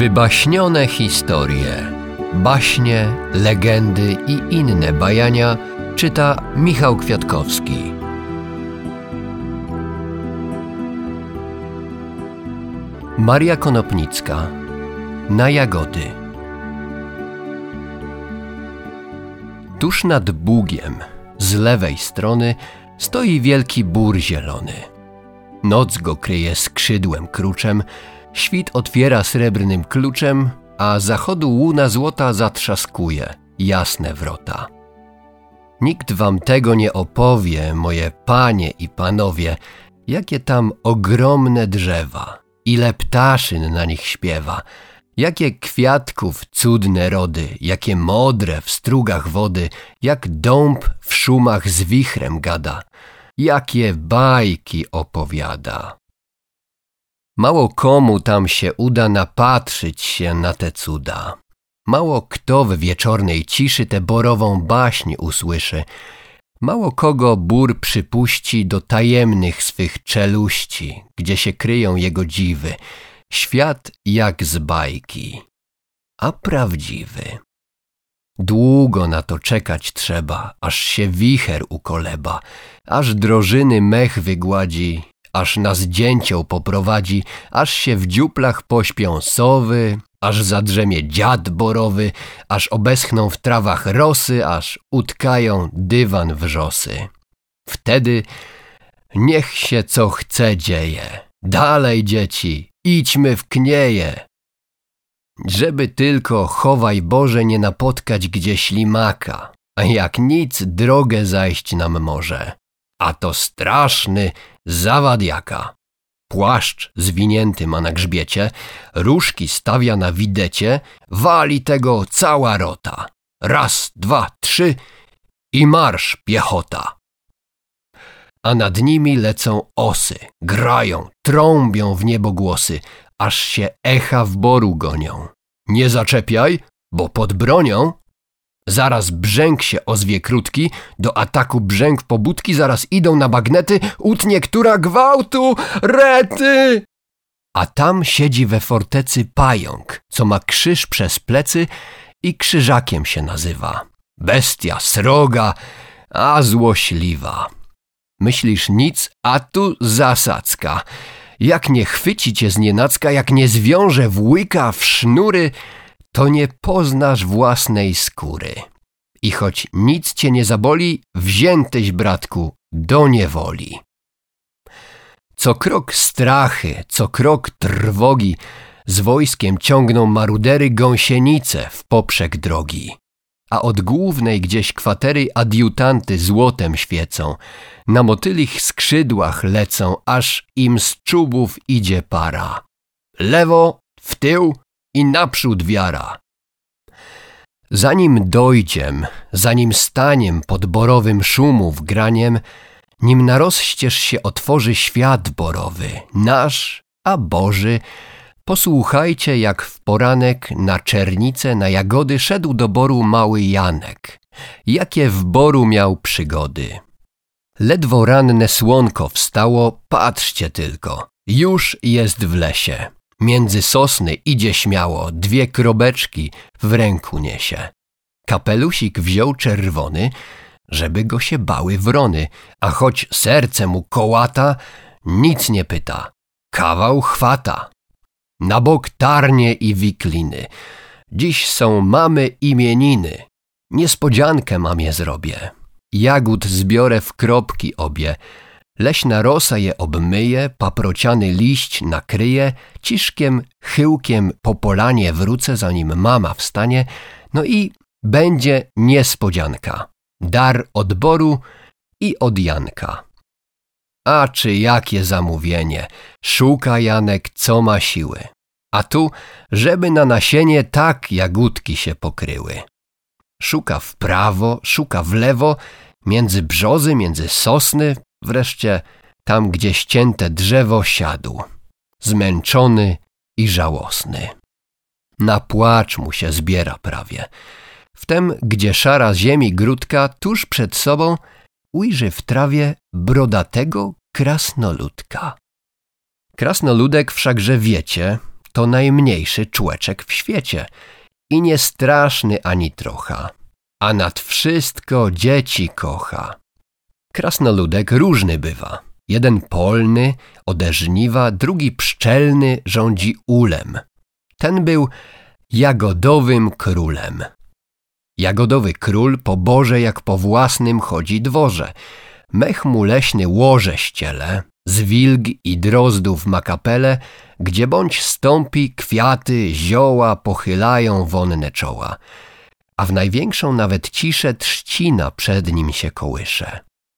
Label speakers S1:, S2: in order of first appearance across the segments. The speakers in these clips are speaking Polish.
S1: Wybaśnione historie, baśnie, legendy i inne bajania czyta Michał Kwiatkowski. Maria Konopnicka. Na jagody. Tuż nad Bugiem, z lewej strony, stoi wielki bór zielony. Noc go kryje skrzydłem kruczem, świt otwiera srebrnym kluczem, a zachodu łuna złota zatrzaskuje jasne wrota. Nikt wam tego nie opowie, moje panie i panowie, jakie tam ogromne drzewa, ile ptaszyn na nich śpiewa, jakie kwiatków cudne rody, jakie modre w strugach wody, jak dąb w szumach z wichrem gada, jakie bajki opowiada. Mało komu tam się uda napatrzyć się na te cuda. Mało kto w wieczornej ciszy tę borową baśń usłyszy. Mało kogo bór przypuści do tajemnych swych czeluści, gdzie się kryją jego dziwy. Świat jak z bajki, a prawdziwy. Długo na to czekać trzeba, aż się wicher ukoleba, aż drożyny mech wygładzi, aż nas dzięcioł poprowadzi, aż się w dziuplach pośpią sowy, aż zadrzemie dziad borowy, aż obeschną w trawach rosy, aż utkają dywan wrzosy. Wtedy niech się co chce dzieje. Dalej, dzieci, idźmy w knieje. Żeby tylko, chowaj Boże, nie napotkać gdzie ślimaka, a jak nic drogę zajść nam może. A to straszny zawadiaka. Płaszcz zwinięty ma na grzbiecie, różki stawia na widecie, wali tego cała rota. Raz, dwa, trzy i marsz piechota. A nad nimi lecą osy, grają, trąbią w niebo głosy, aż się echa w boru gonią. Nie zaczepiaj, bo pod bronią. Zaraz brzęk się ozwie krótki, do ataku brzęk pobudki, zaraz idą na bagnety, utnie która gwałtu, rety! A tam siedzi we fortecy pająk, co ma krzyż przez plecy i krzyżakiem się nazywa. Bestia sroga, a złośliwa. Myślisz nic, a tu zasadzka. Jak nie chwyci cię znienacka, jak nie zwiąże w łyka, w sznury, to nie poznasz własnej skóry. I choć nic cię nie zaboli, wziętyś, bratku, do niewoli. Co krok strachy, co krok trwogi, z wojskiem ciągną marudery gąsienice w poprzek drogi. A od głównej gdzieś kwatery adiutanty złotem świecą, na motylich skrzydłach lecą, aż im z czubów idzie para. Lewo, w tył i naprzód wiara. Zanim dojdziem, zanim staniem pod borowym szumów graniem, nim na rozścież się otworzy świat borowy, nasz, a Boży, posłuchajcie, jak w poranek na czernicę, na jagody szedł do boru mały Janek. Jakie w boru miał przygody. Ledwo ranne słonko wstało, patrzcie tylko, już jest w lesie. Między sosny idzie śmiało, dwie krobeczki w ręku niesie. Kapelusik wziął czerwony, żeby go się bały wrony, a choć serce mu kołata, nic nie pyta, kawał chwata. Na bok tarnie i wikliny, dziś są mamy imieniny. Niespodziankę mamie zrobię, jagód zbiorę w kropki obie, leśna rosa je obmyje, paprociany liść nakryje, ciszkiem, chyłkiem po polanie wrócę, zanim mama wstanie, no i będzie niespodzianka, dar od boru i od Janka. A czy jakie zamówienie, szuka Janek, co ma siły, a tu, żeby na nasienie tak jagódki się pokryły. Szuka w prawo, szuka w lewo, między brzozy, między sosny, wreszcie tam, gdzie ścięte drzewo siadł, zmęczony i żałosny. Na płacz mu się zbiera prawie. Wtem, gdzie szara ziemi grudka, tuż przed sobą ujrzy w trawie brodatego krasnoludka. Krasnoludek wszakże wiecie, to najmniejszy człeczek w świecie i nie straszny ani trocha, a nad wszystko dzieci kocha. Krasnoludek różny bywa. Jeden polny, ode żniwa, drugi pszczelny, rządzi ulem. Ten był jagodowym królem. Jagodowy król po Boże jak po własnym chodzi dworze. Mech mu leśny łoże ściele, z wilg i drozdów ma kapelę, gdzie bądź stąpi, kwiaty, zioła pochylają wonne czoła, a w największą nawet ciszę trzcina przed nim się kołysze.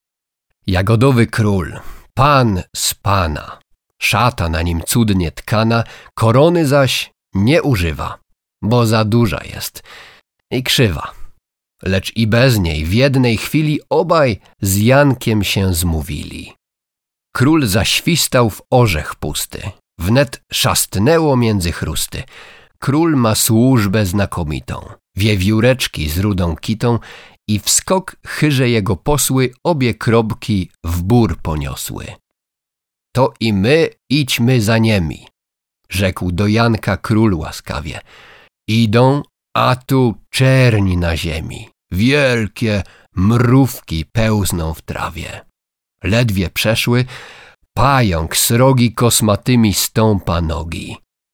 S1: Jagodowy król, pan z pana, szata na nim cudnie tkana, korony zaś nie używa, bo za duża jest i krzywa. Lecz i bez niej w jednej chwili obaj z Jankiem się zmówili. Król zaświstał w orzech pusty, wnet szastnęło między chrusty. Król ma służbę znakomitą, wiewióreczki z rudą kitą i w skok chyże jego posły obie krobki w bór poniosły. To i my idźmy za niemi, rzekł do Janka król łaskawie. Idą, a tu czerni na ziemi, wielkie mrówki pełzną w trawie. Ledwie przeszły, pająk srogi kosmatymi stąpa nogi.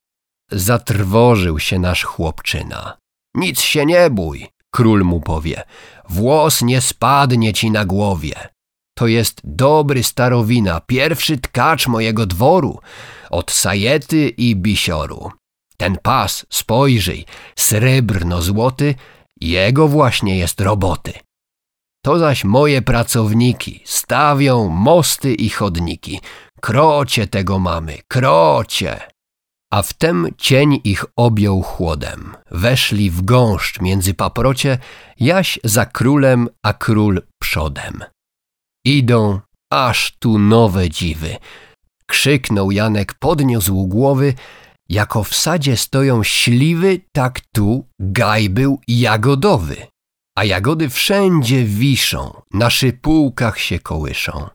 S1: Zatrwożył się nasz chłopczyna. Nic się nie bój, król mu powie, włos nie spadnie ci na głowie. To jest dobry starowina, pierwszy tkacz mojego dworu, od sajety i bisioru. Ten pas, spojrzyj, srebrno-złoty, jego właśnie jest roboty. To zaś moje pracowniki, stawią mosty i chodniki. Krocie tego mamy, krocie. A wtem cień ich objął chłodem. Weszli w gąszcz między paprocie, Jaś za królem, a król przodem. Idą, aż tu nowe dziwy. Krzyknął Janek, podniósł głowy. Jako w sadzie stoją śliwy, tak tu gaj był jagodowy. A jagody wszędzie wiszą, na szypułkach się kołyszą.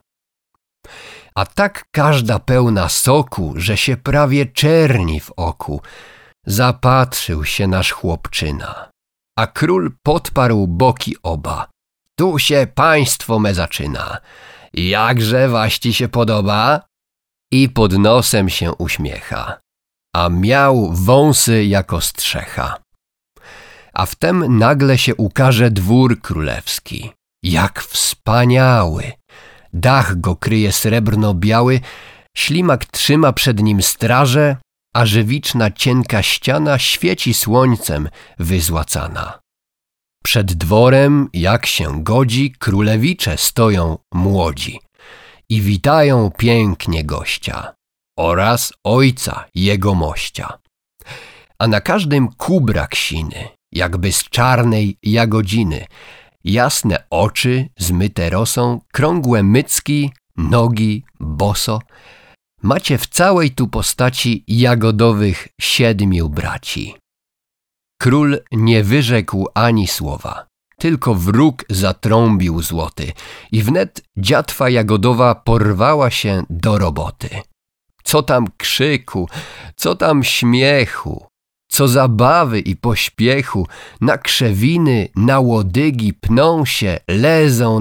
S1: A tak każda pełna soku, że się prawie czerni w oku. Zapatrzył się nasz chłopczyna, a król podparł boki oba. Tu się państwo me zaczyna. Jakże waś ci się podoba? I pod nosem się uśmiecha, a miał wąsy jako strzecha. A wtem nagle się ukaże dwór królewski. Jak wspaniały! Dach go kryje srebrno-biały, ślimak trzyma przed nim straże, a żywiczna cienka ściana świeci słońcem wyzłacana. Przed dworem, jak się godzi, królewicze stoją młodzi i witają pięknie gościa oraz ojca jegomościa. A na każdym kubrak siny, jakby z czarnej jagodziny, jasne oczy zmyte rosą, krągłe mycki, nogi boso. Macie w całej tu postaci jagodowych 7 braci. Król nie wyrzekł ani słowa, tylko wróg zatrąbił złoty i wnet dziatwa jagodowa porwała się do roboty. Co tam krzyku, co tam śmiechu, co zabawy i pośpiechu, na krzewiny, na łodygi pną się, lezą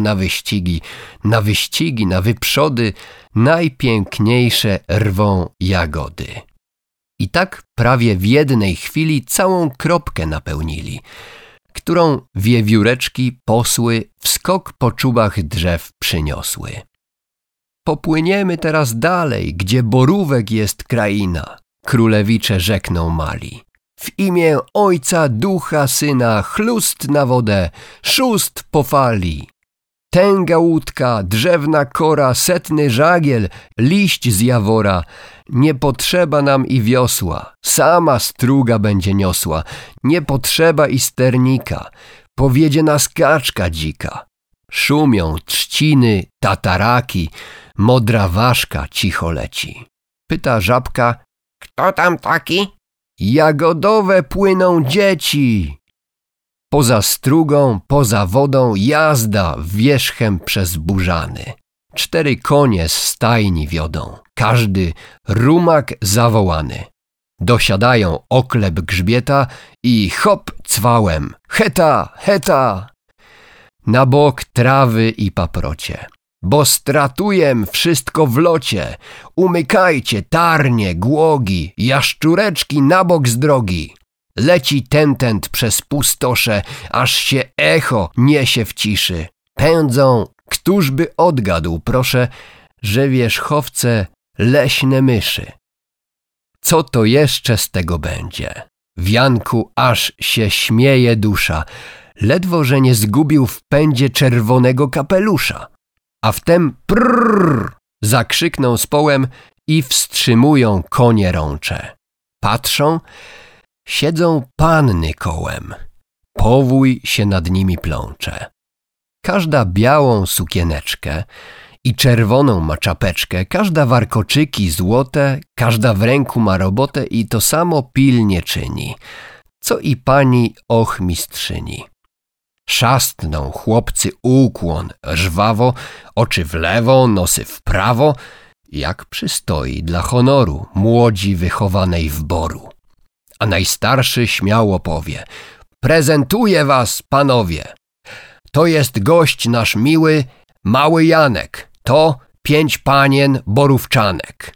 S1: na wyścigi, na wyprzody, najpiękniejsze rwą jagody. I tak prawie w jednej chwili całą kropkę napełnili, którą wiewióreczki posły w skok po czubach drzew przyniosły. Popłyniemy teraz dalej, gdzie borówek jest kraina, królewicze rzekną mali. W imię Ojca, Ducha, Syna, chlust na wodę, szóst po fali. Tęga łódka, drzewna kora, setny żagiel, liść z jawora. Nie potrzeba nam i wiosła, sama struga będzie niosła. Nie potrzeba i sternika, powiedzie nas kaczka dzika. Szumią trzciny, tataraki, modra ważka cicho leci. Pyta żabka, kto tam taki? Jagodowe płyną dzieci. Poza strugą, poza wodą jazda wierzchem przez burzany. 4 konie z stajni wiodą, każdy rumak zawołany. Dosiadają oklep grzbieta i hop cwałem, heta, heta. Na bok trawy i paprocie, bo stratujem wszystko w locie. Umykajcie, tarnie, głogi, jaszczureczki na bok z drogi. Leci tentent przez pustosze, aż się echo niesie w ciszy. Pędzą, któż by odgadł, proszę, że wierzchowce leśne myszy. Co to jeszcze z tego będzie? W Janku aż się śmieje dusza, ledwo, że nie zgubił w pędzie czerwonego kapelusza. A wtem prrr, zakrzykną z połem i wstrzymują konie rącze. Patrzą, siedzą panny kołem. Powój się nad nimi plącze. Każda białą sukieneczkę i czerwoną ma czapeczkę, każda warkoczyki złote, każda w ręku ma robotę i to samo pilnie czyni, co i pani ochmistrzyni. Szastną chłopcy ukłon żwawo, oczy w lewo, nosy w prawo, jak przystoi dla honoru młodzi wychowanej w boru. A najstarszy śmiało powie: prezentuję was, panowie. To jest gość nasz miły, mały Janek, to 5 panien borówczanek.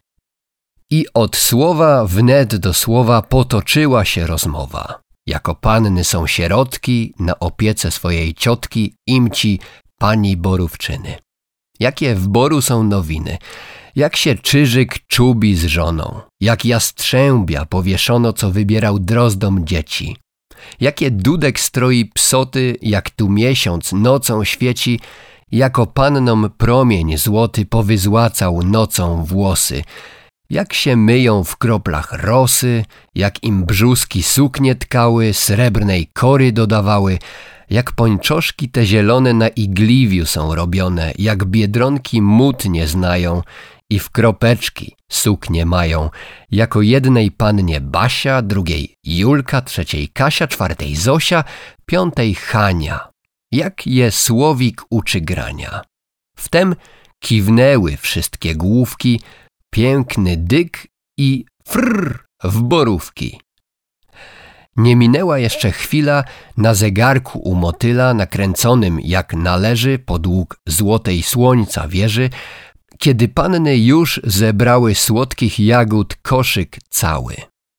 S1: I od słowa wnet do słowa potoczyła się rozmowa. Jako panny są sierotki, na opiece swojej ciotki imci pani borówczyny. Jakie w boru są nowiny, jak się czyżyk czubi z żoną, jak jastrzębia powieszono, co wybierał drozdom dzieci. Jakie dudek stroi psoty, jak tu miesiąc nocą świeci, jako pannom promień złoty powyzłacał nocą włosy. Jak się myją w kroplach rosy, jak im brzuski suknie tkały, srebrnej kory dodawały, jak pończoszki te zielone na igliwiu są robione, jak biedronki mód nie znają i w kropeczki suknie mają, jako jednej pannie Basia, drugiej Julka, trzeciej Kasia, czwartej Zosia, piątej Hania. Jak je słowik uczy grania. Wtem kiwnęły wszystkie główki, piękny dyk i frrr w borówki. Nie minęła jeszcze chwila, na zegarku u motyla, nakręconym jak należy pod łuk złotej słońca wieży, kiedy panny już zebrały słodkich jagód koszyk cały.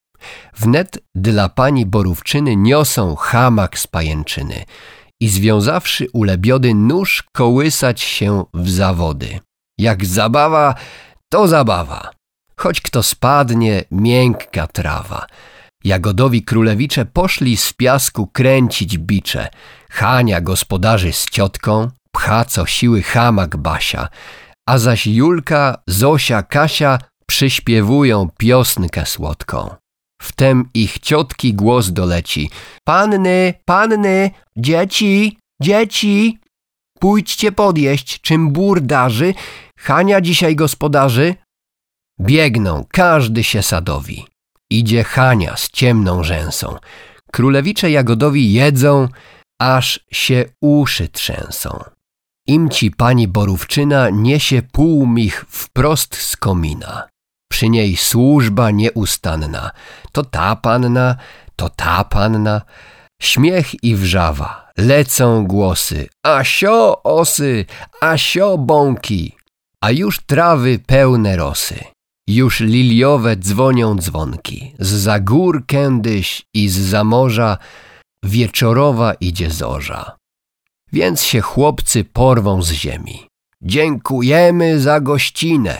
S1: Wnet dla pani borówczyny niosą hamak z pajęczyny i związawszy ulebiody nóż kołysać się w zawody. Jak zabawa, to zabawa. Choć kto spadnie, miękka trawa. Jagodowi królewicze poszli z piasku kręcić bicze. Hania gospodarzy z ciotką, pcha co siły hamak Basia, a zaś Julka, Zosia, Kasia przyśpiewują piosnkę słodką. Wtem ich ciotki głos doleci: panny, panny, dzieci, dzieci, pójdźcie podjeść, czym bór darzy, Hania dzisiaj gospodarzy. Biegną, każdy się sadowi. Idzie Hania z ciemną rzęsą. Królewicze Jagodowi jedzą, aż się uszy trzęsą. Imci pani borówczyna niesie półmich wprost z komina. Przy niej służba nieustanna. To ta panna, to ta panna. Śmiech i wrzawa, lecą głosy. Asio osy, asio bąki. A już trawy pełne rosy. Już liliowe dzwonią dzwonki. Zza gór kędyś i zza morza wieczorowa idzie zorza. Więc się chłopcy porwą z ziemi. Dziękujemy za gościnę.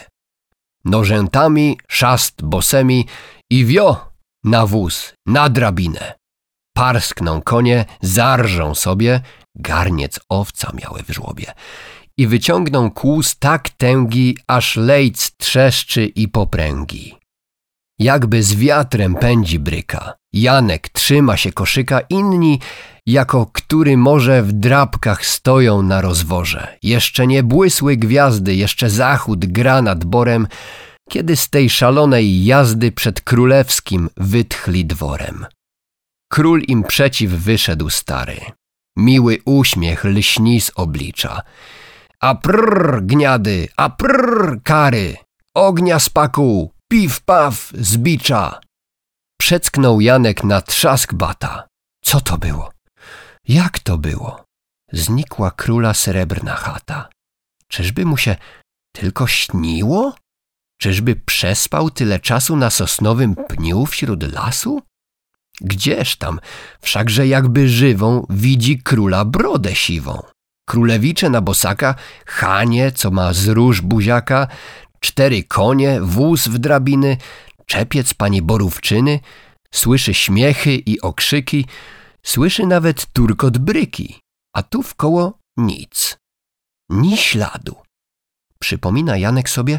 S1: Nożętami, szast bosemi i wio na wóz, na drabinę. Parskną konie, zarżą sobie, garniec owca miały w żłobie. I wyciągną kłus tak tęgi, aż lejc trzeszczy i popręgi. Jakby z wiatrem pędzi bryka. Janek trzyma się koszyka, inni, jako który może w drabkach stoją na rozworze. Jeszcze nie błysły gwiazdy, jeszcze zachód gra nad borem, kiedy z tej szalonej jazdy przed królewskim wytchli dworem. Król im przeciw wyszedł stary. Miły uśmiech lśni z oblicza. A prrr gniady, a prrr kary, ognia spaku, piw paw z bicza. Przecknął Janek na trzask bata. Co to było? Jak to było? Znikła króla srebrna chata. Czyżby mu się tylko śniło? Czyżby przespał tyle czasu na sosnowym pniu wśród lasu? Gdzież tam, wszakże jakby żywą widzi króla brodę siwą. Królewicze na bosaka, Hanie, co ma z róż buziaka, 4 konie, wóz w drabiny, czepiec pani Borówczyny, słyszy śmiechy i okrzyki, słyszy nawet turkot bryki, a tu wkoło nic, ni śladu. Przypomina Janek sobie,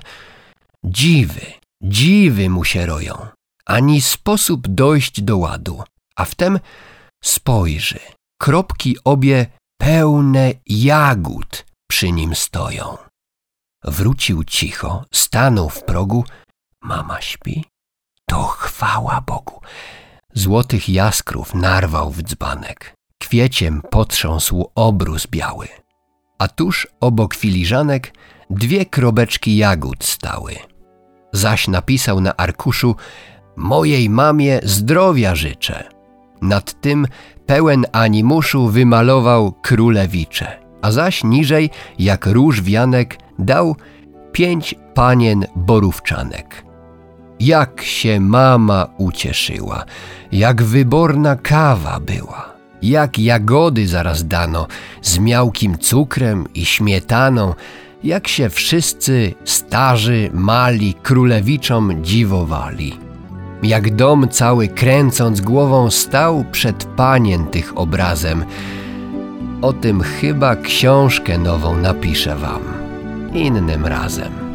S1: dziwy mu się roją, ani sposób dojść do ładu, a wtem spojrzy, kropki obie pełne jagód przy nim stoją. Wrócił cicho, stanął w progu, mama śpi? To chwała Bogu. Złotych jaskrów narwał w dzbanek, kwieciem potrząsł obrus biały, a tuż obok filiżanek 2 krobeczki jagód stały. Zaś napisał na arkuszu: mojej mamie zdrowia życzę. Nad tym pełen animuszu wymalował królewicze, a zaś niżej, jak róż wianek, dał 5 panien borówczanek. Jak się mama ucieszyła, jak wyborna kawa była, jak jagody zaraz dano z miałkim cukrem i śmietaną, jak się wszyscy starzy, mali królewiczom dziwowali. Jak dom cały kręcąc głową stał przed panien tych obrazem. O tym chyba książkę nową napiszę wam innym razem.